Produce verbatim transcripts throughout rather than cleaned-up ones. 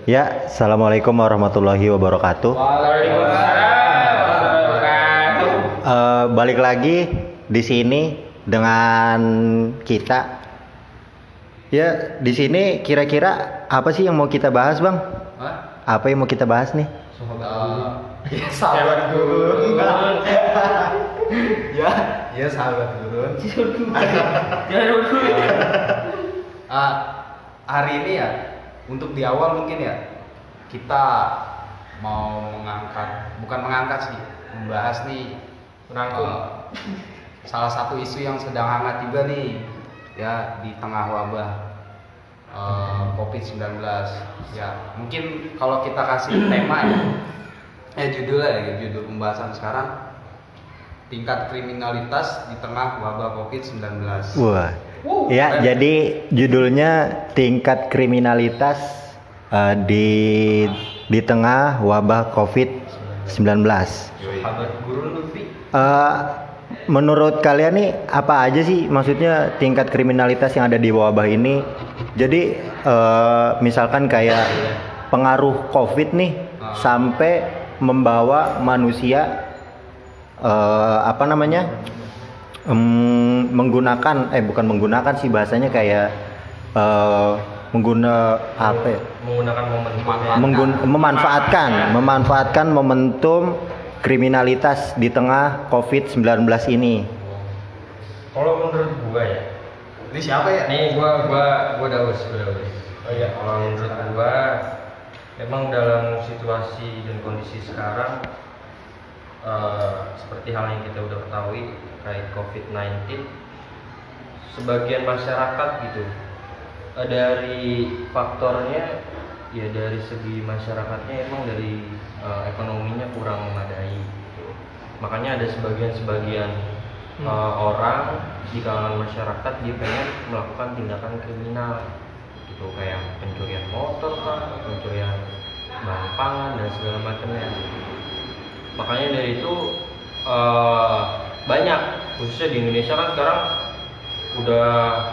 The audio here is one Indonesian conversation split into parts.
Ya, assalamualaikum warahmatullahi wabarakatuh. Waalaikumsalam warahmatullahi wabarakatuh. Eh, balik lagi di sini dengan kita. Ya, di sini kira-kira apa sih yang mau kita bahas, Bang? Hah? Apa yang mau kita bahas nih? Sahabat guru. Ya sahabat guru. Ya, ya sahabat guru. Jangan dulu. Ah, hari ini ya, untuk di awal mungkin ya kita mau mengangkat, bukan mengangkat sih, membahas nih Merangkum. eh, salah satu isu yang sedang hangat juga nih ya di tengah wabah eh, covid sembilan belas. Ya mungkin kalau kita kasih tema ya, eh judulnya ya, judul pembahasan sekarang, tingkat kriminalitas di tengah wabah covid sembilan belas. Wah. Wow, Ya, keren. jadi judulnya tingkat kriminalitas eh, di di tengah wabah covid sembilan belas. Sahabat guru Lutfi. Eh, menurut kalian nih apa aja sih maksudnya tingkat kriminalitas yang ada di wabah ini? Jadi eh, misalkan kayak pengaruh COVID nih sampai membawa manusia eh, apa namanya em, menggunakan eh bukan menggunakan sih bahasanya kayak eh, mengguna apa ya? Menggunakan momen Menggun- memanfaatkan memanfaatkan momentum kriminalitas di tengah covid sembilan belas ini. Kalau menurut gua ya, Ini siapa ya? nih gua gua gua Daus, gua Daus. Oh iya, kalau menurut gua memang dalam situasi dan kondisi sekarang eh, seperti hal yang kita udah ketahui terkait covid sembilan belas, sebagian masyarakat gitu eh, dari faktornya ya dari segi masyarakatnya emang dari eh, ekonominya kurang memadai gitu. Makanya ada sebagian-sebagian eh, orang di kalangan masyarakat dia pengen melakukan tindakan kriminal gitu, kayak pencurian motor lah, pencurian bahan pangan dan segala macamnya. Makanya dari itu eh, banyak, khususnya di Indonesia kan sekarang udah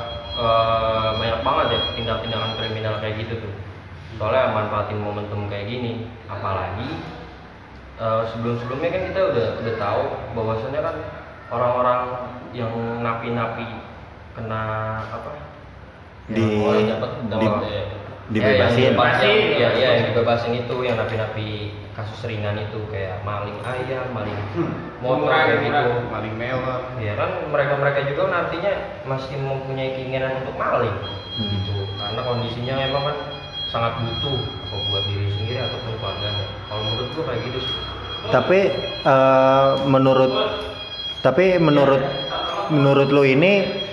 eh, banyak banget ya tindak-tindakan kriminal kayak gitu tuh. Soalnya manfaatin momentum kayak gini, apalagi eh, sebelum-sebelumnya kan kita udah udah tahu bahwasannya kan orang-orang yang napi-napi kena apa? Di- Yang mulai dapat di- dapat ya, dibebasin. ya, yang dibebasin, ya, ya, yang dibebasin itu yang napi-napi kasus ringan itu kayak maling ayam, maling motor kayak gitu. Maling mewah. Ya kan mereka-mereka juga nantinya masih mempunyai keinginan untuk maling Hmm. gitu, karena kondisinya memang kan sangat butuh apa buat diri sendiri ataupun keluarganya. Kalau menurut gua kayak gitu sih. Tapi eh, menurut tapi menurut menurut lo ini,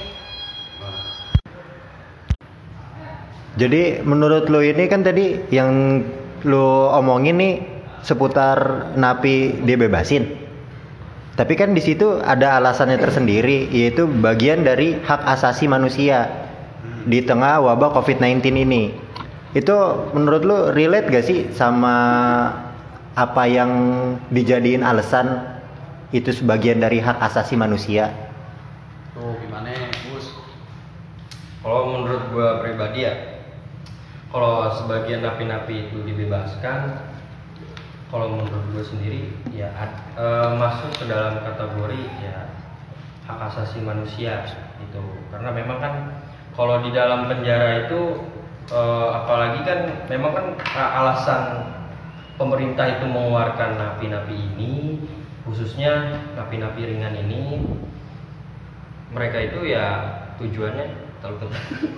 jadi menurut lo ini kan tadi yang lo omongin nih seputar napi dibebasin. Tapi kan di situ ada alasannya tersendiri, yaitu bagian dari hak asasi manusia di tengah wabah covid sembilan belas ini. Itu menurut lo relate gak sih sama apa yang dijadiin alasan itu sebagian dari hak asasi manusia? Tuh gimana, Gus? Kalau menurut gua pribadi ya, kalau sebagian napi-napi itu dibebaskan, kalau menurut gua sendiri ya ad- eh, masuk ke dalam kategori ya hak asasi manusia itu. Karena memang kan kalau di dalam penjara itu eh, apalagi kan memang kan a- alasan pemerintah itu mengeluarkan napi-napi ini, khususnya napi-napi ringan ini, mereka itu ya tujuannya terlalu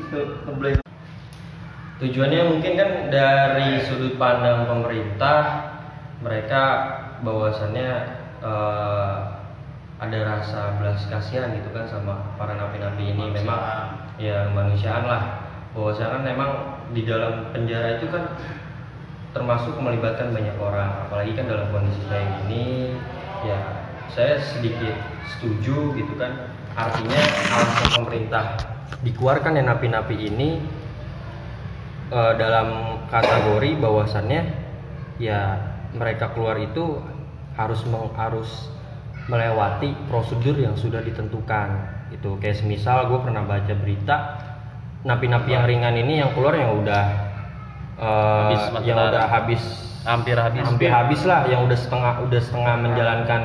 tujuannya mungkin kan dari sudut pandang pemerintah, mereka bahwasannya eh, ada rasa belas kasihan gitu kan sama para napi-napi ini. Memang ya kemanusiaan lah, bahwasanya kan memang di dalam penjara itu kan termasuk melibatkan banyak orang, apalagi kan dalam kondisi kayak gini ya saya sedikit setuju gitu kan. Artinya alasan pemerintah dikeluarkan ya napi-napi ini eh, dalam kategori bahwasannya ya mereka keluar itu harus meng, harus melewati prosedur yang sudah ditentukan. Itu kayak semisal gue pernah baca berita napi-napi yang ringan ini yang keluar yang udah uh, Habis masa yang tanam. udah habis Hampir habis. hampir habis lah, yang udah setengah udah setengah menjalankan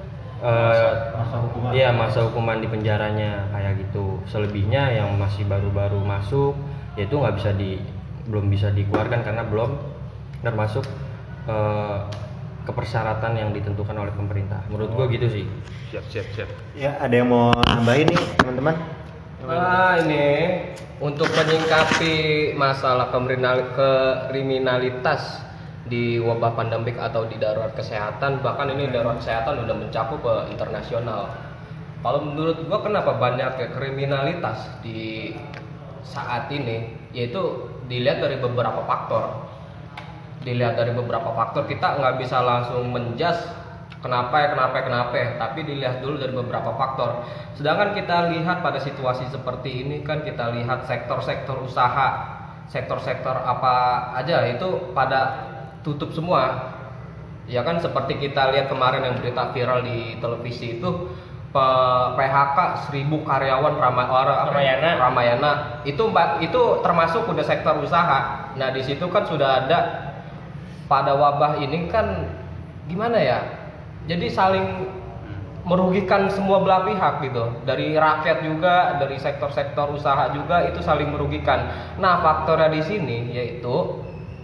uh, masa hukuman. iya masa hukuman di penjaranya kayak gitu. Selebihnya yang masih baru-baru masuk ya itu nggak bisa di belum bisa dikeluarkan karena belum termasuk uh, kepersyaratan yang ditentukan oleh pemerintah. Menurut gua gitu sih. Siap siap siap. Ya, ada yang mau nambahin nih, teman-teman? Nah ini untuk menyingkapi masalah kriminal- kriminalitas di wabah pandemik atau di darurat kesehatan, bahkan ini darurat kesehatan udah mencakup ke internasional. Kalau menurut gua kenapa banyak ya kriminalitas di saat ini, yaitu dilihat dari beberapa faktor. Dilihat dari beberapa faktor, kita nggak bisa langsung menjas kenapa ya kenapa ya kenapa ya, tapi dilihat dulu dari beberapa faktor. Sedangkan kita lihat pada situasi seperti ini kan kita lihat sektor-sektor usaha, sektor-sektor apa aja itu pada tutup semua. Ya kan seperti kita lihat kemarin yang berita viral di televisi itu P- PHK seribu karyawan Rama, apa, Ramayana. Ramayana. Itu mbak itu termasuk udah sektor usaha. Nah, di situ kan sudah ada pada wabah ini kan gimana ya? Jadi saling merugikan semua belah pihak gitu. Dari rakyat juga, dari sektor-sektor usaha juga itu saling merugikan. Nah, faktornya di sini yaitu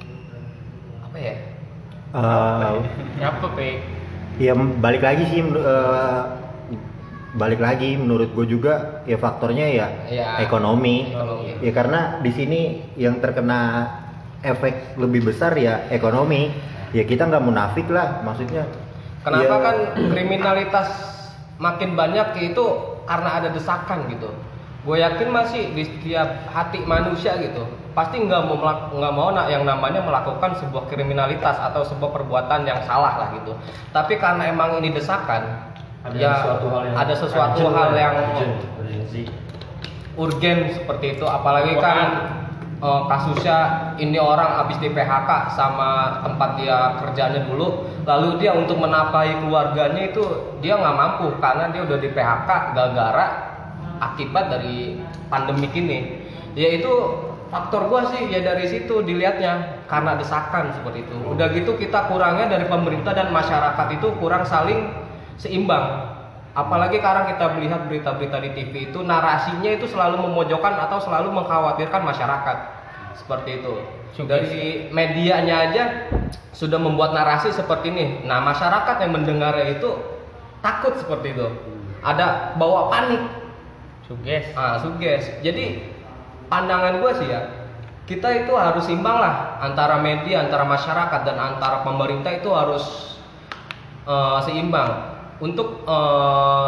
apa ya? Eh, Apa pe? ya balik lagi sih, eh, balik lagi menurut gue juga ya faktornya ya Ya, ekonomi. ekonomi. Ya karena di sini yang terkena efek lebih besar ya ekonomi. Ya kita nggak munafik lah, maksudnya. Kenapa Ya, kan kriminalitas makin banyak itu karena ada desakan gitu. Gue yakin masih di setiap hati manusia gitu pasti nggak mau melak- nggak mau nak yang namanya melakukan sebuah kriminalitas atau sebuah perbuatan yang salah lah gitu. Tapi karena emang ini desakan, Ada ya sesuatu hal yang ada sesuatu urgent hal lah, yang urgent, urgency. urgen seperti itu. Apalagi kan eh, kasusnya ini orang habis di P H K sama tempat dia kerjanya dulu, lalu dia untuk menafkahi keluarganya itu dia nggak mampu karena dia udah di P H K gara-gara akibat dari pandemik ini. Yaitu faktor gua sih ya dari situ dilihatnya karena desakan seperti itu. Udah gitu kita kurangnya dari pemerintah dan masyarakat itu kurang saling seimbang. Apalagi sekarang kita melihat berita-berita di T V itu narasinya itu selalu memojokkan atau selalu mengkhawatirkan masyarakat. Seperti itu. Dari medianya aja sudah membuat narasi seperti ini. Nah, masyarakat yang mendengarnya itu takut seperti itu. Ada bawa panik. Suges. Ah, suges. Jadi pandangan gue sih ya, kita itu harus imbang lah antara media, antara masyarakat dan antara pemerintah itu harus eh, seimbang untuk eh,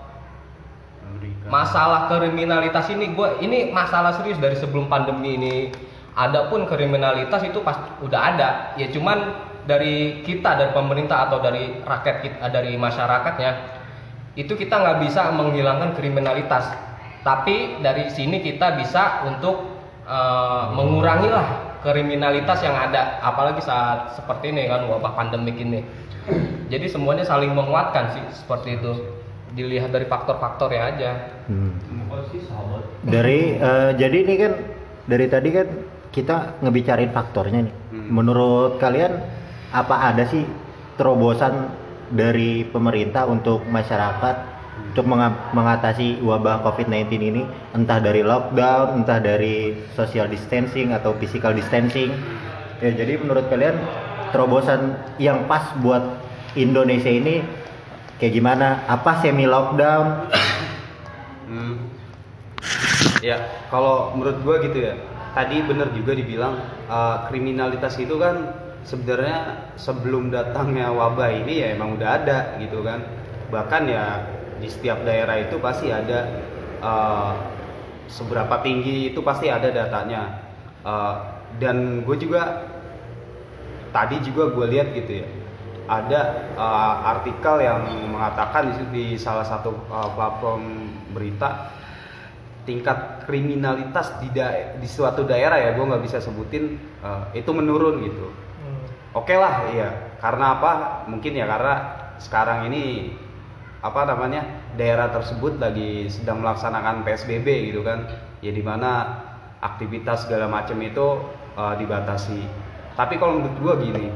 masalah kriminalitas ini. Gue ini masalah serius dari sebelum pandemi ini. Ada pun kriminalitas itu pas udah ada. Ya cuman dari kita, dari pemerintah atau dari rakyat kita, dari masyarakatnya itu kita nggak bisa menghilangkan kriminalitas. Tapi dari sini kita bisa untuk uh, mengurangi lah kriminalitas yang ada, apalagi saat seperti ini kan wabah pandemik ini. Jadi semuanya saling menguatkan sih seperti itu. Dilihat dari faktor-faktornya aja. Hmm. Dari eh, jadi ini kan dari tadi kan kita ngebicarain faktornya nih. Menurut kalian apa ada sih terobosan dari pemerintah untuk masyarakat untuk menga- mengatasi wabah covid sembilan belas ini, entah dari lockdown, entah dari social distancing atau physical distancing? Ya, jadi menurut kalian terobosan yang pas buat Indonesia ini kayak gimana? Apa semi lockdown? Hmm. Ya, kalau menurut gua gitu ya. Tadi bener juga dibilang uh, kriminalitas itu kan sebenarnya sebelum datangnya wabah ini ya emang udah ada gitu kan. Bahkan ya di setiap daerah itu pasti ada uh, seberapa tinggi itu pasti ada datanya. Uh, dan gue juga tadi juga gue lihat gitu ya. Ada uh, artikel yang mengatakan di, di salah satu uh, platform berita tingkat kriminalitas di da- di suatu daerah ya, gue nggak bisa sebutin, uh, itu menurun gitu. Oke okay lah, iya. Karena apa? Mungkin ya karena sekarang ini apa namanya daerah tersebut lagi sedang melaksanakan P S B B gitu kan. Ya dimana aktivitas segala macam itu uh, dibatasi. Tapi kalau menurut gua gini,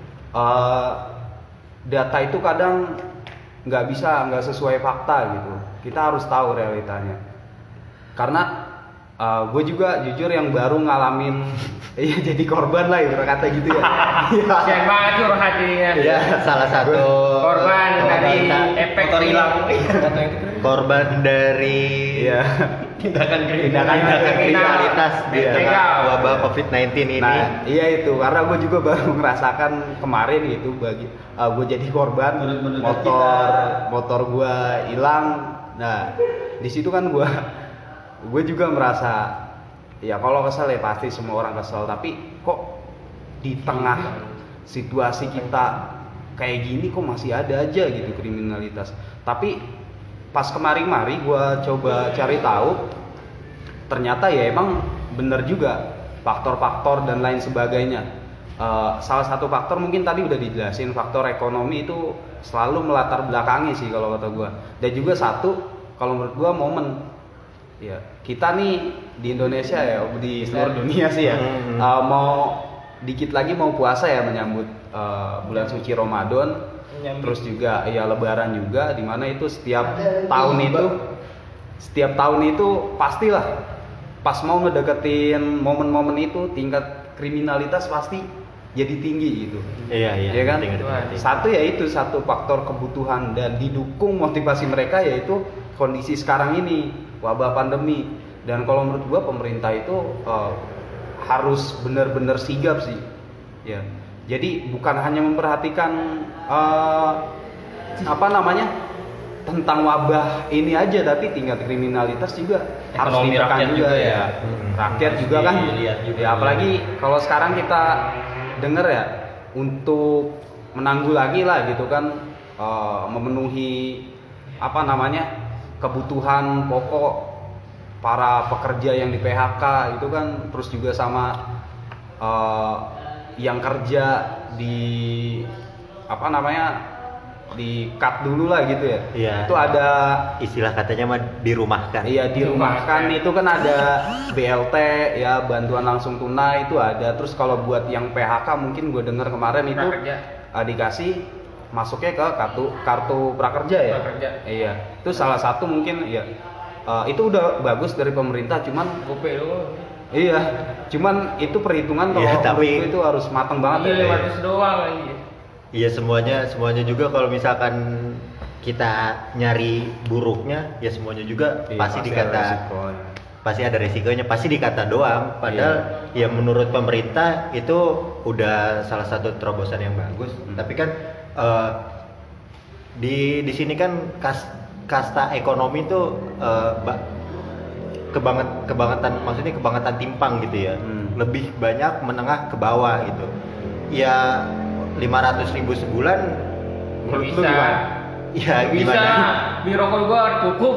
uh, data itu kadang nggak bisa nggak sesuai fakta gitu. Kita harus tahu realitanya. Karena uh, gue juga jujur yang baru ngalamin ya jadi korban lah ibarat kata gitu ya. Kasian banget tuh hatinya. Ya, salah satu Korban dari efek motor hilang. korban dari Iya. Tindakan Tindakan kriminalitas di Iya. tengah wabah covid sembilan belas ini. Nah, iya itu karena gue juga baru merasakan kemarin gitu bagi uh, gue jadi korban Menurut- menurut motor kita. motor gue hilang. Nah, di situ kan gue gue juga merasa ya kalau kesel ya pasti semua orang kesel, tapi kok di tengah situasi kita kayak gini kok masih ada aja gitu kriminalitas. Tapi pas kemari-mari gue coba cari tahu, ternyata ya emang bener juga faktor-faktor dan lain sebagainya. Uh, salah satu faktor mungkin tadi udah dijelasin, faktor ekonomi itu selalu melatar belakangi sih kalau kata gue. Dan juga satu kalau menurut gue momen. Ya kita nih di Indonesia ya di seluruh dunia sih ya Hmm. uh, mau dikit lagi mau puasa ya menyambut uh, bulan suci Ramadan. Terus juga ya Lebaran juga, dimana itu setiap tahun itu setiap tahun itu pastilah pas mau ngedeketin momen-momen itu tingkat kriminalitas pasti jadi tinggi gitu. Iya, iya. Ya kan? ngerti, ngerti, ngerti. Satu ya itu satu faktor kebutuhan dan didukung motivasi mereka yaitu kondisi sekarang ini wabah pandemi. Dan kalau menurut gua pemerintah itu uh, harus benar-benar sigap sih. Ya. Jadi bukan hanya memperhatikan uh, apa namanya tentang wabah ini aja, tapi tingkat kriminalitas juga harus Ekonomi ditekan rakyat juga, juga ya. ya. Hmm. Rakyat Harus juga kan. dilihat juga. Ya apalagi kalau sekarang kita dengar ya untuk menanggulangi lah gitu kan uh, memenuhi apa namanya kebutuhan pokok para pekerja yang di P H K itu kan, terus juga sama uh, yang kerja di apa namanya di cut dulu lah gitu ya. Iya. Itu ada Istilah katanya mah dirumahkan. iya dirumahkan itu kan ada B L T ya, bantuan langsung tunai itu ada. Terus kalau buat yang P H K mungkin gue dengar kemarin itu Prakerja. uh, dikasih masuknya ke kartu kartu prakerja ya. Prakerja. Iya. Itu salah satu mungkin ya uh, itu udah bagus dari pemerintah, cuman Gope doang. iya, cuman itu perhitungan kalau Iya, tapi- menurut gue itu harus matang banget Iya, ya. lima ratus doang lagi. Iya, semuanya semuanya juga kalau misalkan kita nyari buruknya ya semuanya juga Iya, pasti, ada dikata resikonya. pasti ada resikonya, pasti dikata doang. Padahal ya menurut pemerintah itu udah salah satu terobosan yang bagus. Hmm. Tapi kan eh, di di sini kan kas, kasta ekonomi tuh eh, ba- kebanget kebangetan maksudnya kebangetan timpang gitu ya. Hmm. Lebih banyak menengah ke bawah gitu. Ya lima ratus ribu sebulan Menurut lu Bisa. gimana? ya Bisa. gimana? Beli rokok gua cukup.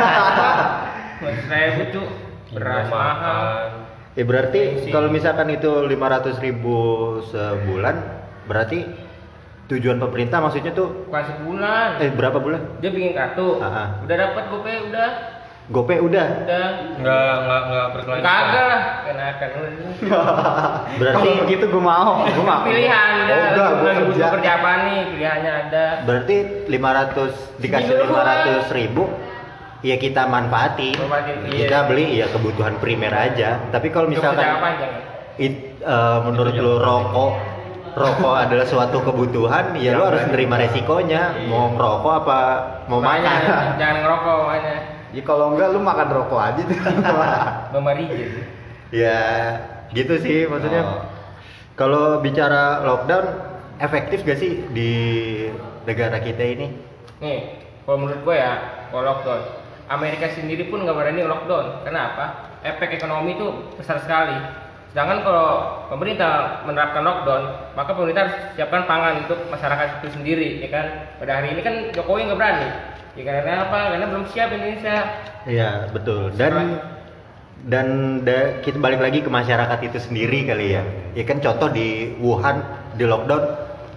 Saya butuh beras mahal. Ya berarti Sih. kalau misalkan itu lima ratus ribu sebulan, berarti tujuan pemerintah maksudnya tuh Bukan sebulan. eh berapa bulan? Dia bikin kartu. Ah, ah. Udah dapat gope udah. Gope udah. Udah. Enggak enggak enggak berkelanjutan. Kagak lah. Kenakan. Berarti Kalau begitu gue mau, gue mau. Pilihan udah. Oh, enggak, gue Bulan kerja. butuh kerja apa nih? Pilihannya ada. berarti lima ratus dikasih Seminggu lima ratus ribu ya kita manfaati. Manfaatin, iya. Kita beli ya kebutuhan primer aja. Tapi kalau Untuk jangka misalkan panjang. it, eh, menurut Itu lu jangka rokok rokok adalah suatu kebutuhan, ya lu harus menerima resikonya. Mau ngerokok apa mau Makanya, makan. jangan ngerokok makanya. Ya kalau enggak lu makan rokok aja tuh. Memarije. Ya gitu sih maksudnya. Oh. Kalau bicara lockdown efektif gak sih di negara kita ini? Nih, kalau menurut gue ya, kalau lockdown, Amerika sendiri pun nggak berani lockdown. Kenapa? Efek ekonomi itu besar sekali. Sedangkan kalau pemerintah menerapkan lockdown, maka pemerintah harus siapkan pangan untuk masyarakat itu sendiri, ya kan? Pada hari ini kan Jokowi nggak berani. Ya karena apa? Karena belum siap Indonesia. Iya betul. Dan dan da- kita balik lagi ke masyarakat itu sendiri kali ya. Ya kan contoh di Wuhan di lockdown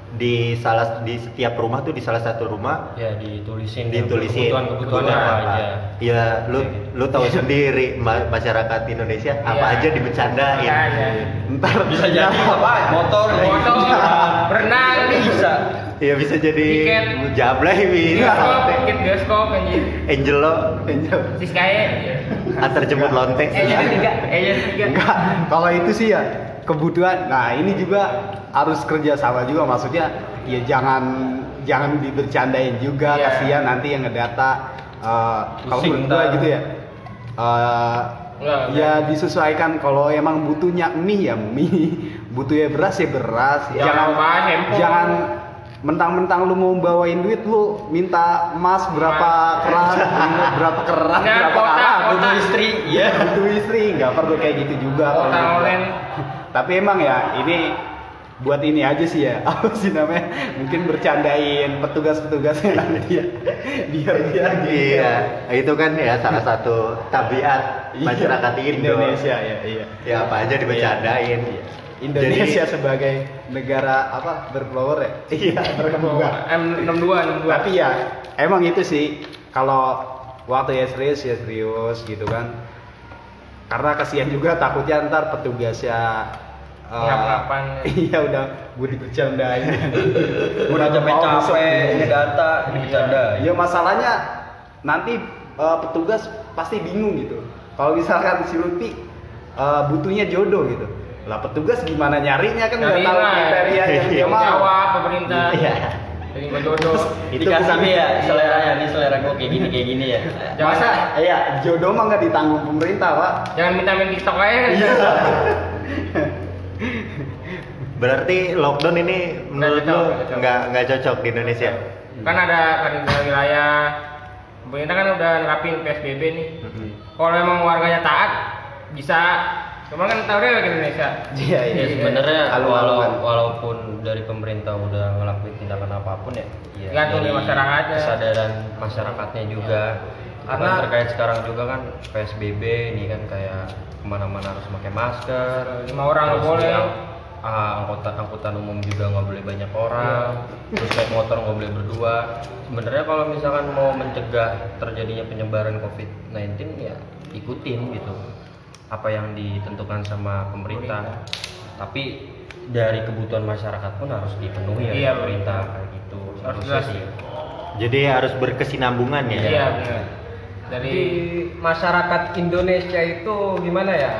di salah di setiap rumah tuh di salah satu rumah Ya ditulisin ditulisin kebutuhan-kebutuhan apa aja. Ya lu lu tahu sendiri ma- masyarakat Indonesia apa Iya. aja dibercandain. Makanya. Ntar Bisa jadi apa? Motor, Motor, berenang, bisa. ya bisa jadi Tiket. jablay bisa. bioskop, tiket bioskop anjir. Angelo Siskae. antar jemput lonte. Eh jadi tiga, eh jadi tiga. Enggak, kalau itu sih ya kebutuhan. Nah ini juga harus kerja sama juga, maksudnya ya jangan jangan dibercandain juga, Iya. kasihan nanti yang ngedata. Uh, kalau Pusing menurut gua ntar. gitu ya, uh, Enggak, ya disesuaikan. Kalau emang butuhnya mie ya mie, butuhnya beras ya beras. Jangan Jangan bahas handphone. jangan mentang-mentang lu mau bawain duit lu minta emas berapa keras, berapa keras, Nah, berapa kota, karat. kota. Butuh istri, ya. Butuh istri, nggak perlu kayak gitu juga. kalau Kota menurut gua. online. Tapi emang ya ini buat ini aja sih ya, apa sih namanya? Mungkin bercandain petugas-petugasnya nanti ya, biar dia Iya, itu kan ya salah satu tabiat Iya, masyarakat Indo. Indonesia ya, iya. Ya apa aja dibercandain. Indonesia Jadi, sebagai negara apa berflower ya? iya, Berkembang. M enam dua enam dua. Tapi ya emang itu sih kalau waktu ya serius ya serius gitu kan. Karena kasihan juga takutnya ntar petugasnya eh, Ngap-ngapan. iya udah gue dibercandain. Udah capek-capek, Iya. data, ini bercanda. Ya masalahnya nanti eh, petugas pasti bingung gitu. Kalau misalkan si Lutfi eh, butuhnya jodoh gitu. Lah petugas gimana nyarinya kan nggak Nyari tahu lah. kriteria yang dia mau. Jawab pemerintah. Iya. Jadi nggak jodoh. Itu Dikasih bukan- nih ya seleranya, nih selera gue kayak gini kayak gini ya. Jangan Masa iya jodoh mah nggak ditanggung pemerintah pak. jangan minta main TikTok aja. Iya. Berarti lockdown ini menurut cocok, lu nggak cocok. nggak nggak cocok di Indonesia? Kan ada karantina wilayah. Pemerintah kan udah nerapin P S B B nih. Kalau emang warganya taat bisa. Cuma kan tahu deh ke Indonesia. Iya Ya sebenarnya walau, Alu-aluan. walaupun dari pemerintah udah ngelakuin tindakan apapun ya, ya Gantung dari di masyarakatnya. kesadaran masyarakatnya juga. Karena Karena- terkait sekarang juga kan P S B B ini kan kayak kemana-mana harus pakai masker. Lima orang nggak Terus boleh. yang, ah, angkutan angkutan umum juga nggak boleh banyak orang. Terus naik motor nggak boleh berdua. Sebenarnya kalau misalkan mau mencegah terjadinya penyebaran covid sembilan belas ya ikutin gitu apa yang ditentukan sama pemerintah. Tapi dari kebutuhan masyarakat pun harus dipenuhi ya Iya, pemerintah kayak gitu. Harus Harusnya jelas. sih. Jadi harus berkesinambungan ya. Iya benar. Dari Di masyarakat Indonesia itu gimana ya?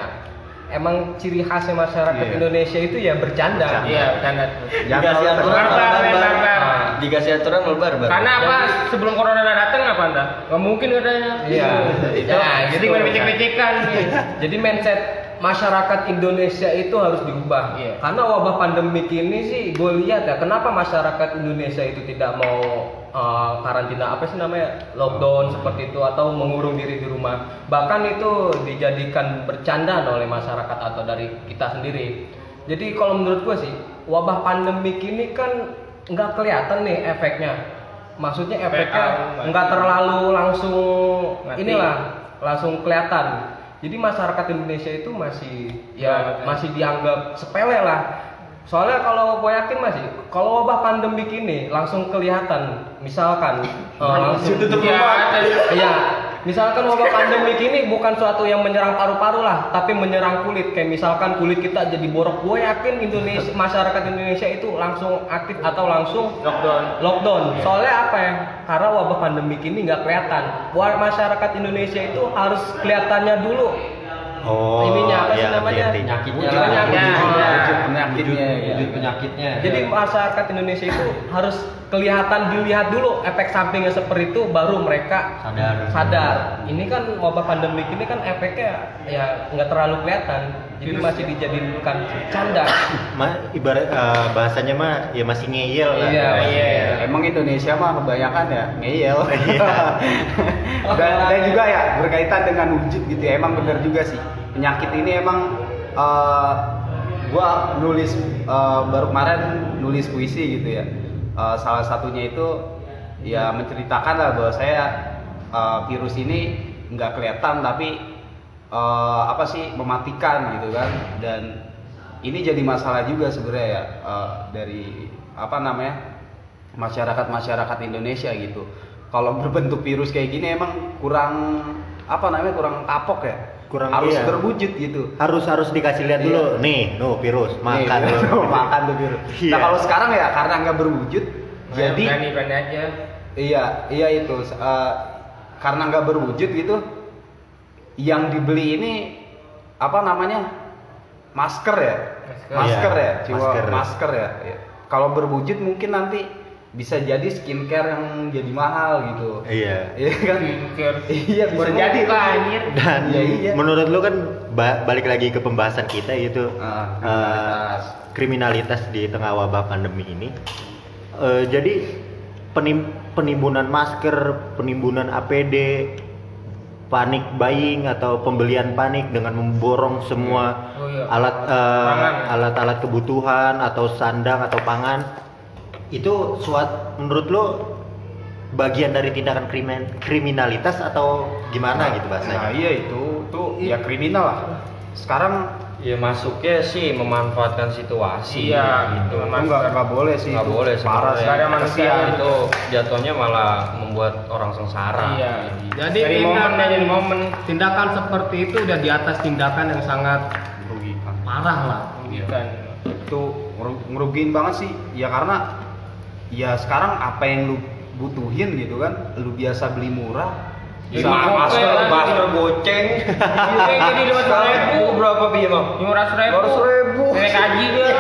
Emang ciri khasnya masyarakat Iya. Indonesia itu ya bercanda. iya bercanda tuh. Jangan Dikasih terlalu aturan barbar, malah barbar. barbar. Ah, Dikasih aturan malah barbar. Karena apa? Sebelum corona datang apa anda? Nggak mungkin katanya. Iya. Itu. Nah, Jadi gitu. main becek-becekan. Jadi mindset masyarakat Indonesia itu harus diubah. Iya. Karena wabah pandemik ini sih gue lihat ya, kenapa masyarakat Indonesia itu tidak mau uh, karantina apa sih namanya lockdown seperti itu atau mengurung diri di rumah. Bahkan itu dijadikan bercandaan oleh masyarakat atau dari kita sendiri. Jadi kalau menurut gue sih wabah pandemik ini kan nggak kelihatan nih efeknya. Maksudnya efeknya Efek, nggak terlalu langsung Mati. inilah langsung kelihatan. Jadi masyarakat Indonesia itu masih ya masih dianggap sepele lah. Soalnya kalau gue yakin masih kalau wabah pandemik ini langsung kelihatan. Misalkan eh, langsung tutup rumah. Iya, misalkan wabah pandemik ini bukan suatu yang menyerang paru-paru lah, tapi menyerang kulit. Kayak misalkan kulit kita jadi borok. Gue yakin Indonesia masyarakat Indonesia itu langsung aktif atau langsung Lockdown. lockdown. Soalnya apa ya? Karena wabah pandemik ini nggak kelihatan. War masyarakat Indonesia itu harus kelihatannya dulu. Oh, Ininya apa sih iya, namanya? ngerti. penyakitnya Wujud lah. penyakitnya. Wujud- Iya. wujud penyakitnya, wujud- iya. wujud penyakitnya. Jadi masyarakat Indonesia itu harus kelihatan dilihat dulu efek sampingnya seperti itu baru mereka Sadar. sadar. Ini kan wabah pandemik ini kan efeknya ya nggak terlalu kelihatan. Jadi masih dijadikan canda. Ma, ibarat eh, bahasanya mah ya masih ngeyel lah. Iya, Masih iya. ngeyel. Emang Indonesia mah kebanyakan ya ngeyel. Iya. dan, dan juga ya berkaitan dengan wujud gitu ya. Emang benar juga sih. Penyakit ini emang eh, gua nulis eh, baru kemarin nulis puisi gitu ya. Eh, salah satunya itu ya menceritakan lah bahwa saya eh, virus ini nggak kelihatan tapi eh, apa sih mematikan gitu kan. Dan ini jadi masalah juga sebenarnya ya uh, dari apa namanya masyarakat-masyarakat Indonesia gitu. Kalau berbentuk virus kayak gini emang kurang apa namanya kurang kapok ya. Kurang harus iya. berwujud gitu. Harus harus dikasih lihat dulu. Iya. Nih, no virus, makan Nih, dulu. makan tuh virus. Iya. Nah kalau sekarang ya karena nggak berwujud, jadi berani-berani aja. iya iya itu uh, karena nggak berwujud gitu, yang dibeli ini apa namanya masker ya, Masker. masker Iya, ya, cuma masker. masker ya. Iya. Kalau berwujud mungkin nanti bisa jadi skincare yang jadi mahal gitu. Iya. Iya kan? Skincare. Iya bisa Berwujud jadi lah, anjir. Dan Iya, iya. menurut lu kan ba- balik lagi ke pembahasan kita yaitu Ah, eh, kriminalitas. kriminalitas di tengah wabah pandemi ini. Eh, jadi penim- penimbunan masker, penimbunan A P D, panik buying atau pembelian panik dengan memborong semua Oh, iya. alat eh, Pangan. alat-alat kebutuhan atau sandang atau pangan. Itu suat menurut lo bagian dari tindakan krimen, kriminalitas atau gimana gitu Nah bahasanya? iya itu tuh ya kriminal lah. Sekarang Ya masuknya sih memanfaatkan situasi. Iya, gitu. dengan itu nggak nggak boleh sih. Nggak itu. boleh Parah sebenarnya. sih. Nggak ada manusia Kesian. Itu jatuhnya malah membuat orang sengsara. Iya. Jadi Dari momen tindakan- aja, dari momen. Tindakan seperti itu udah di atas tindakan yang sangat Merugikan. parah lah. Bukan. Itu ngeru- ngerugiin banget sih. Ya karena ya sekarang apa yang lu butuhin gitu kan, lu biasa beli murah. Jadi Sama masker, masker, kan? masker goceng. Iya, jadi lima ratus ribu. Berapa piye, Bang? Lima ratus ribu. Lima ratus ribu. Naik haji dia.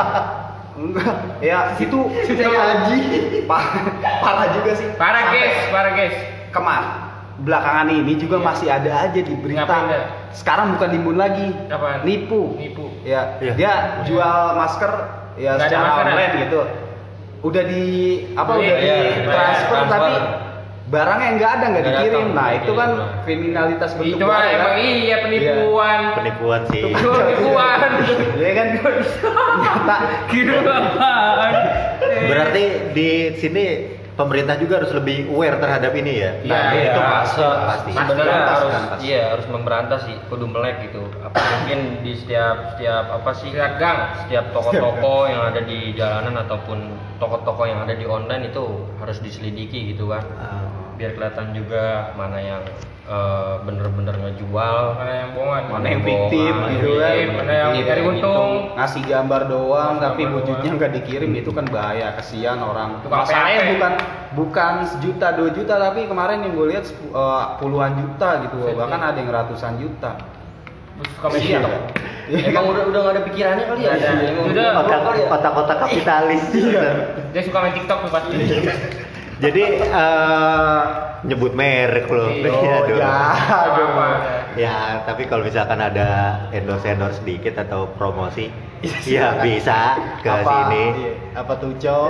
Enggak. Ya itu haji. Parah, parah juga sih. Parah Sampai guys, parah guys. Kemar. Belakangan ini juga Iya. masih ada aja di berita. Ngapain dah? Sekarang bukan nimbun lagi. Apaan? Nipu. Nipu. Ya, Iya. dia jual masker ya Nggak ada secara masker, online ya? gitu. Udah di apa Beli, udah iya, di transfer transfer. tapi barangnya nggak ada, nggak Nggak dikirim. datang. Nah, itu kan Iya. kriminalitas bentuk Itu mah baru, emang kan? iya penipuan. Penipuan sih. Penipuan. Iya kan? Ternyata Kira apaan? Berarti di sini pemerintah juga harus lebih aware terhadap ini ya. Iya, Nah, iya. itu pasti pasti. Sebenarnya Berantas, harus berantas. iya harus memberantas sih, kudu melek gitu. Apa mungkin di setiap setiap apa sih? Setiap gang. Setiap toko-toko yang ada di jalanan ataupun toko-toko yang ada di online itu harus diselidiki gitu kan. Ah, Biar kelihatan juga mana yang eh, bener-bener ngejual, Mana yang bohongan? Mana yang fiktif bohongan, gitu kan. iya, Mana yang fiktif, cari gitu. untung. ngasih gambar doang Ngasih tapi gambar wujudnya doang. nggak dikirim, itu kan bahaya, kesian orang. Tukang Masalahnya P H P. bukan bukan sejuta dua juta tapi kemarin yang gue lihat sepu- eh, puluhan juta gitu, Iya, bahkan iya. ada yang ratusan juta. Suka media. Iya Emang kan? udah udah nggak ada pikirannya kali ya? Nggak ada. Emang Udah. belum Otak kali ya? otak-otak kapitalis. Dia suka main TikTok tuh pasti. Jadi eh, nyebut merek loh. Iya, Iya dong. ya. Apa? Ya, tapi kalau misalkan ada endorse-endorse sedikit atau promosi, ya bisa ke apa, sini. iya, apa tuh cok?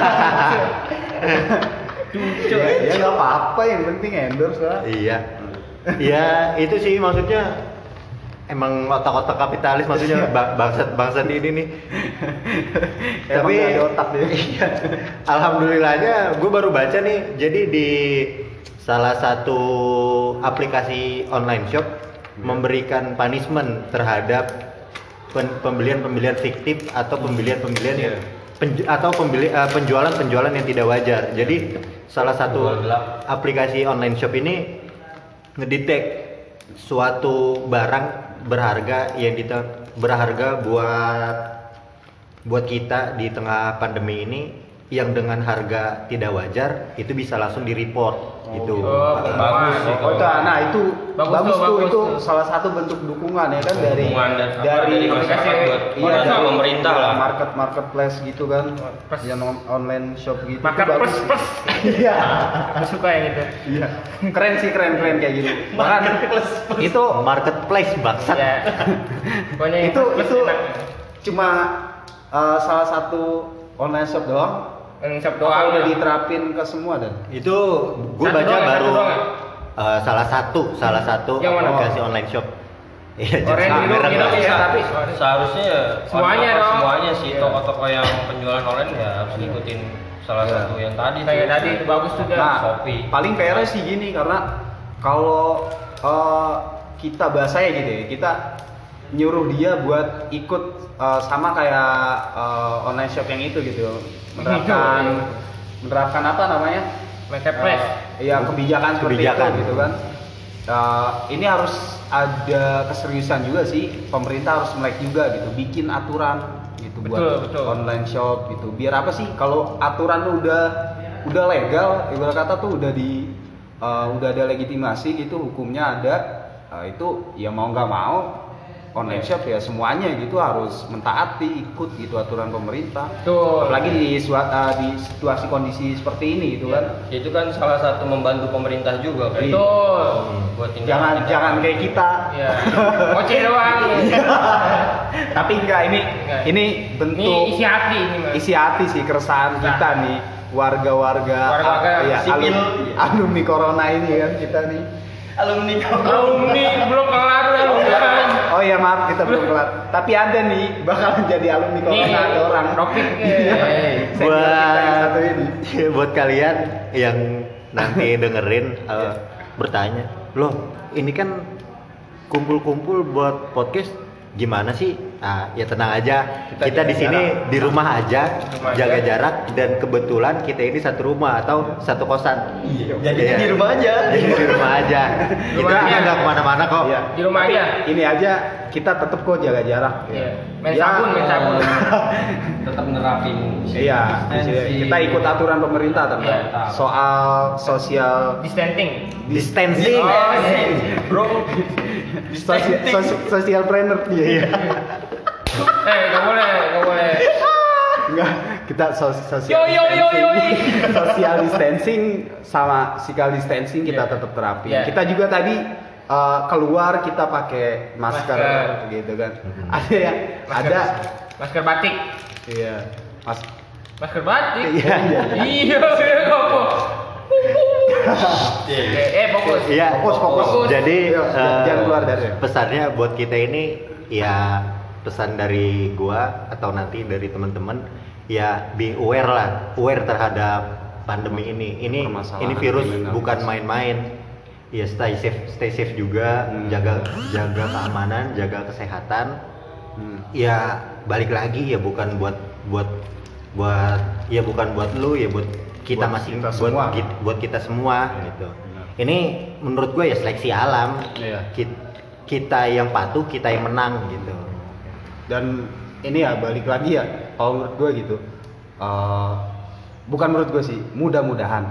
Tuh ya nggak apa-apa, yang penting endorse lah. Iya. Ya, itu sih maksudnya emang otak-otak kapitalis maksudnya ba- bangsat-bangsat ini nih. Emang Tapi nggak ada otak dia. iya. Alhamdulillahnya gue baru baca nih. Jadi di salah satu aplikasi online shop memberikan punishment terhadap pen- pembelian-pembelian fiktif atau pembelian-pembelian yang penj- atau pembeli eh, penjualan-penjualan yang tidak wajar. Jadi salah satu Jual gelap. aplikasi online shop ini ngedetek suatu barang berharga yang kita berharga buat buat kita di tengah pandemi ini yang dengan harga tidak wajar itu bisa langsung di report gitu. Oh, Uh, bagus sih. Oh, itu, nah itu Bagus bagus, tuh, tuh, bagus itu tuh. salah satu bentuk dukungan ya kan dari Dukungan dan apa, dari, dari masyarakat buat iya, buat dari pemerintah lah. market marketplace gitu kan, Plus. yang on- online shop gitu. Makan Itu bagus. plus plus. Iya, Aku suka yang itu. iya, keren sih, keren keren kayak gitu. Bahkan itu marketplace bangsat. Ya. Pokoknya yang itu plus plus itu enak. cuma uh, salah satu online shop doang. Yang shop Apa doang. udah ya. diterapin ke semua dan Itu gue Satu baca doang ya, baru satu doang ya? uh, salah satu salah satu Yang mana? aplikasi online shop. Iya, Orang jangan biru, merek biru lah. ya, tapi Seharusnya ya Semuanya apa- dong. semuanya sih Iya. toko-toko yang penjualan online ya harus ngikutin salah Iya. satu yang tadi tuh. Kayak tadi itu bagus juga. Nah, Shopee. paling P R sih gini karena kalau uh, kita bahasanya gitu ya, kita nyuruh dia buat ikut uh, sama kayak uh, online shop yang itu gitu, menerapkan menerapkan apa namanya? Marketplace. Uh, iya kebijakan seperti Kebijakan. itu gitu kan. Uh, ini harus ada keseriusan juga sih, pemerintah harus melek juga gitu, bikin aturan gitu Betul, buat betul. online shop gitu. Biar apa sih? Kalau aturan lu udah udah legal, ibarat kata tuh udah di uh, udah ada legitimasi gitu, hukumnya ada, uh, itu ya mau nggak mau online shop ya semuanya gitu harus mentaati ikut gitu aturan pemerintah. Betul. Apalagi di sua- uh, di situasi kondisi seperti ini gitu kan. Itu kan salah satu membantu pemerintah juga kan. Betul. Buat tindakan- Jangan jangan kayak kita. Iya. Ngoceh doang. Tapi enggak ini Enggak. ini Ini bentuk isi hati ini, Mas. isi hati sih keresahan kita nih warga-warga Warga-warga ah, iya, sipil. alum- alumni corona ini kan kita nih. Alumni Alumni belum kelar alumni. Oh ya maaf kita belum kelar. Tapi ada nih bakal jadi alumni corona Nih, ada orang. Topik. Iya. Senior kita yang satu buat ini. buat kalian yang nanti dengerin uh, bertanya, loh ini kan kumpul-kumpul buat podcast gimana sih? Ah ya tenang aja, Kita kita, jaga di sini jarak. di rumah aja, Rumah jaga aja. jarak dan kebetulan kita ini satu rumah atau satu kosan. Jadi Iya. di rumah aja. Jadi di rumah aja. Kita Rumah juga aja. nggak kemana-mana kok. Iya. Di rumah Tapi aja. Ini aja kita tetap kok jaga jarak. Iya. Main Ya, sabun, main sabun. Tetap nerapin. Iya, kita ikut aturan pemerintah tapi Iya. soal sosial Distancing. Distancing. Oh, iya. Bro. sosial, sosial, sosial planner iya. Eh, nggak boleh, nggak boleh. Enggak, kita sos sosial Yo, yo, yo, yo, distancing. Social distancing sama physical distancing kita Iya. tetap terapin. Iya. Kita juga tadi uh, keluar kita pakai masker, Masker. gitu kan. Ada yang Masker, ada masker batik. iya, Mas Masker batik. Iya, iya. Iya, iya, apa? Eh, fokus. Iya, Fokus, fokus. Jadi Iya, eh, jangan keluar dari. pesannya buat kita ini ya pesan dari gua atau nanti dari teman-teman ya be aware lah, aware terhadap pandemi ini. Ini Permasalahan ini virus kriminalitas. bukan main-main. Ya stay safe, stay safe juga, Hmm. jaga jaga keamanan, jaga kesehatan. Hmm. Ya balik lagi ya bukan buat buat buat ya bukan buat lu ya buat kita Buat masih kita buat semua. ki- buat kita semua gitu. Benar. Ini menurut gue ya seleksi alam. Iya. Kit- Kita yang patuh, kita yang menang gitu. Dan ini ya balik lagi ya kalau menurut gue gitu uh, bukan menurut gue sih mudah-mudahan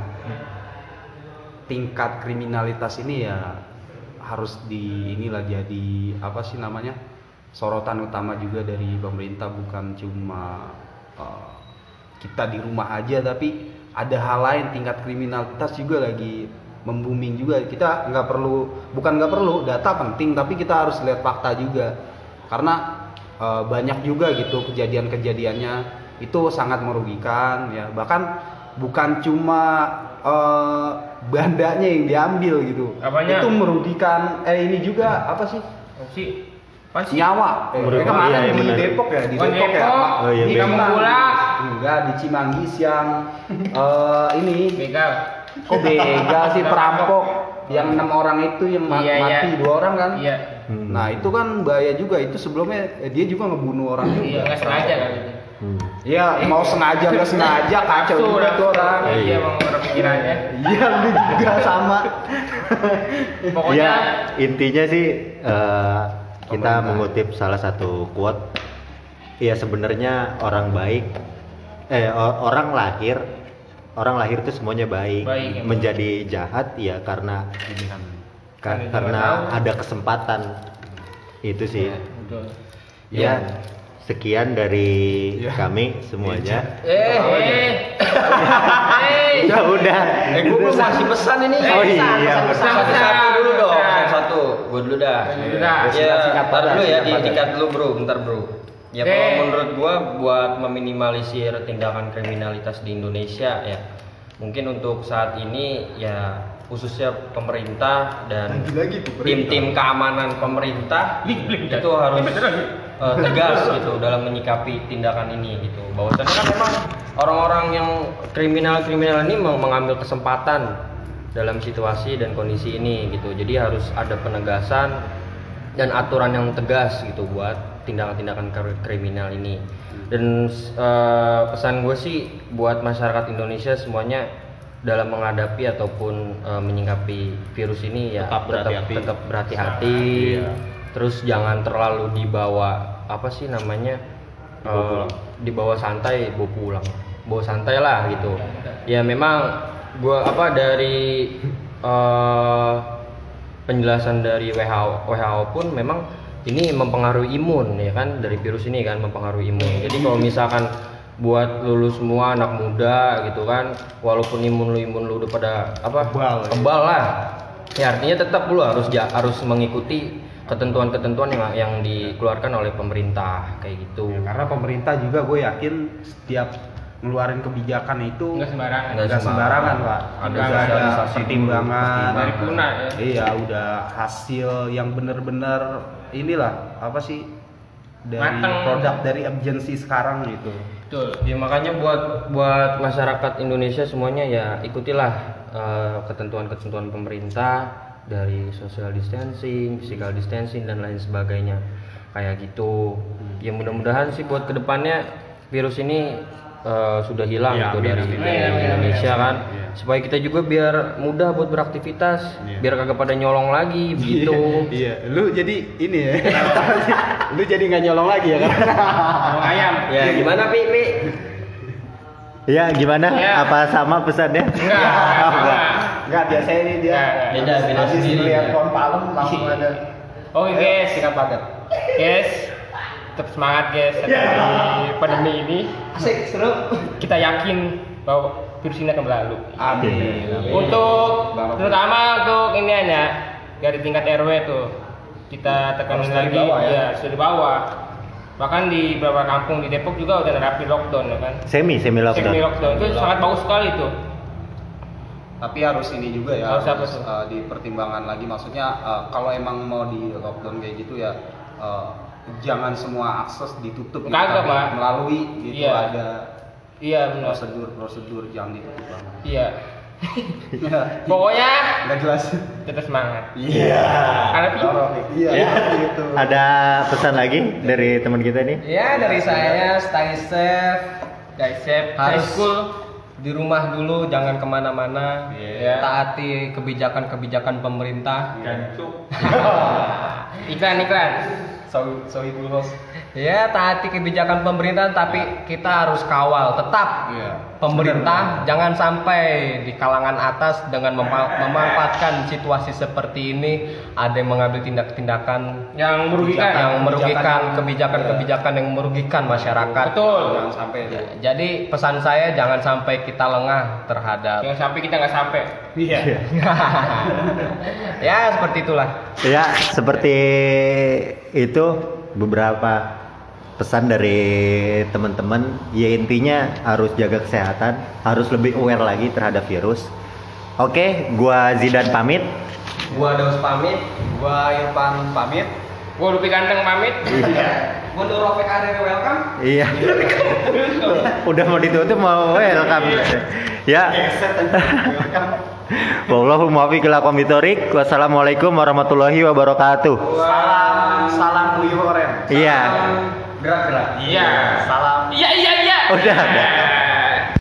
tingkat kriminalitas ini ya harus di inilah jadi apa sih namanya sorotan utama juga dari pemerintah, bukan cuma uh, kita di rumah aja tapi ada hal lain, tingkat kriminalitas juga lagi membooming juga. Kita nggak perlu, bukan nggak perlu, data penting tapi kita harus lihat fakta juga karena uh, banyak juga gitu kejadian-kejadiannya itu sangat merugikan ya, bahkan bukan cuma uh, bandanya yang diambil gitu. Apanya? Itu merugikan eh ini juga apa sih? Apa sih? Apa sih? Nyawa. Eh, Merugikan, kemarin iya, iya, di benar. Depok ya, di Oh, Depok, ya. Depok. Oh, iya, di benar. Cimanggis. Cimanggis. Enggak, di Cimanggis yang eh, ini Begal. kok begal sih perampok yang enam orang itu yang ma- Iya, iya. mati dua orang kan? Iya. Hmm. Nah, itu kan bahaya juga. Itu sebelumnya eh, dia juga ngebunuh orang juga. Iya, nggak sengaja kali itu. Hmm. Iya, mau sengaja nggak sengaja kacau Nafsu, juga tuh nafsu. orang. Iya, Iya. emang orang pikirannya. Iya, lu juga sama. Pokoknya Ya intinya sih eh, kita Pemerintah. mengutip salah satu quote. Ya sebenarnya orang baik, eh o- orang lahir, orang lahir itu semuanya baik. Baik, emang. Menjadi jahat ya karena ka- Kan itu karena nggak tahu. ada kesempatan. Itu sih. betul. Ya sekian dari Ya. kami semuanya. Eh, eh. Eh. Ya udah. Eh, gue belum masih pesan ini. Oh iya, pesan, pesan, pesan. pesan, satu dulu dong. Pesan. Pesan satu, gue dulu dah. Dulu dah. Ya, Singkat-singkat bentar pada, dulu ya, di singkat pada. tingkat dulu bro, bentar bro. Ya Oke. kalau menurut gua buat meminimalisir tindakan kriminalitas di Indonesia ya, mungkin untuk saat ini ya khususnya pemerintah dan Lagi-lagi pemerintah. tim-tim keamanan pemerintah itu harus eh, tegas gitu dalam menyikapi tindakan ini gitu. Bahwasannya kan memang orang-orang yang kriminal-kriminal ini mau mengambil kesempatan dalam situasi dan kondisi ini gitu. Jadi harus ada penegasan dan aturan yang tegas gitu buat tindakan-tindakan kriminal ini. Dan uh, pesan gue sih buat masyarakat Indonesia semuanya dalam menghadapi ataupun uh, menyikapi virus ini ya Tetap tetap berhati-hati. tetap berhati-hati. Iya. Terus jangan terlalu dibawa apa sih namanya uh, dibawa santai, bawa pulang, bawa santai lah gitu. Ya memang gue apa dari uh, penjelasan dari W H O W H O pun memang ini mempengaruhi imun ya kan, dari virus ini kan mempengaruhi imun. Jadi kalau misalkan buat lulu semua anak muda gitu kan, walaupun imun lu imun lu udah pada apa Kebal, ya. kebal lah, ya artinya tetap lu harus ja, harus mengikuti ketentuan-ketentuan yang yang dikeluarkan oleh pemerintah kayak gitu. Ya, karena pemerintah juga gue yakin setiap ngeluarin kebijakan itu Nggak sembarangan. Nggak nggak sembarangan pak. Ada Udah ada sosialisasi pertimbangan. Dari Puna ya. Iya, udah hasil yang bener-bener inilah apa sih dari Mateng. produk dari agensi sekarang gitu. Betul. Ya makanya buat buat masyarakat Indonesia semuanya ya ikutilah uh, ketentuan-ketentuan pemerintah dari social distancing, physical distancing dan lain sebagainya kayak gitu. Ya mudah-mudahan sih buat kedepannya virus ini uh, sudah hilang Ya, gitu amin, dari, amin. dari Amin, amin, Indonesia amin. kan, Iya. supaya kita juga biar mudah buat beraktivitas, Iya. biar kagak pada nyolong lagi begitu. Iya, lu jadi ini ya. Lu jadi nggak nyolong lagi ya kan? Mau ayam. Ya gimana Pi? Pi? Ya gimana? Ya. Apa sama pesannya? Enggak. Oh, enggak. Nggak, biasanya ini dia Nggak, beda, beda habis sendiri. lihat pohon palem langsung ada. Oke guys, Sikat paket. guys, tetap semangat guys di pandemi ini. Asik, seru. Kita yakin bahwa virus ini akan berlalu. Amin. amin. Untuk Barokah. terutama untuk ini aja dari tingkat R W tuh kita tekanin Harus dari lagi bawah ya? ya sudah di bawah. Bahkan di beberapa kampung di Depok juga udah nerapin lockdown ya kan. Semi semi lockdown. Semi lockdown itu sangat bagus sekali tuh. Tapi harus ini juga ya, Harus apa harus tuh? uh, dipertimbangkan lagi. Maksudnya uh, kalau emang mau di lockdown kayak gitu ya, uh, jangan semua akses ditutup, gitu, Kagak, tapi Pak. melalui gitu Iya. ada Iya benar. prosedur-prosedur, jangan ditutup banget. Iya. Pokoknya Nggak jelas. tetap semangat. Iya. Karena Iya. Ya. Gitu. Ada pesan lagi dari teman kita nih? Ya dari saya stay safe, guys, safe, harus stay cool. di rumah dulu, jangan kemana-mana. Iya. Taati kebijakan-kebijakan pemerintah. Iklan iklan. So, sohibul host. Ya taati kebijakan pemerintah, tapi kita harus kawal tetap. Iya. Pemerintah jangan sampai di kalangan atas dengan mempa- memanfaatkan situasi seperti ini ada yang mengambil tindak-tindakan Yang merugikan. yang merugikan, Kebijakan- kebijakan-kebijakan yang merugikan masyarakat. Betul. Jangan sampai itu. Jadi pesan saya jangan sampai kita lengah terhadap Jangan sampai kita nggak sampai. Iya. ya seperti itulah. Ya, seperti itu beberapa pesan dari teman-teman. Ya intinya harus jaga kesehatan, harus lebih aware lagi terhadap virus. Oke, gua Zidan pamit. Gua Daus pamit. Gua Irfan pamit. Gua Lupi Ganteng pamit. Gua Nurofek Karir welcome. Iya. Udah mau ditutup mau welcome. Ya. Wallahu muwaffiq ila aqwamit thoriq. Wassalamualaikum warahmatullahi wabarakatuh. Salam, salam New York. Iya. Gerak-gerak. Iya. Salam. Iya iya iya. Udah, udah.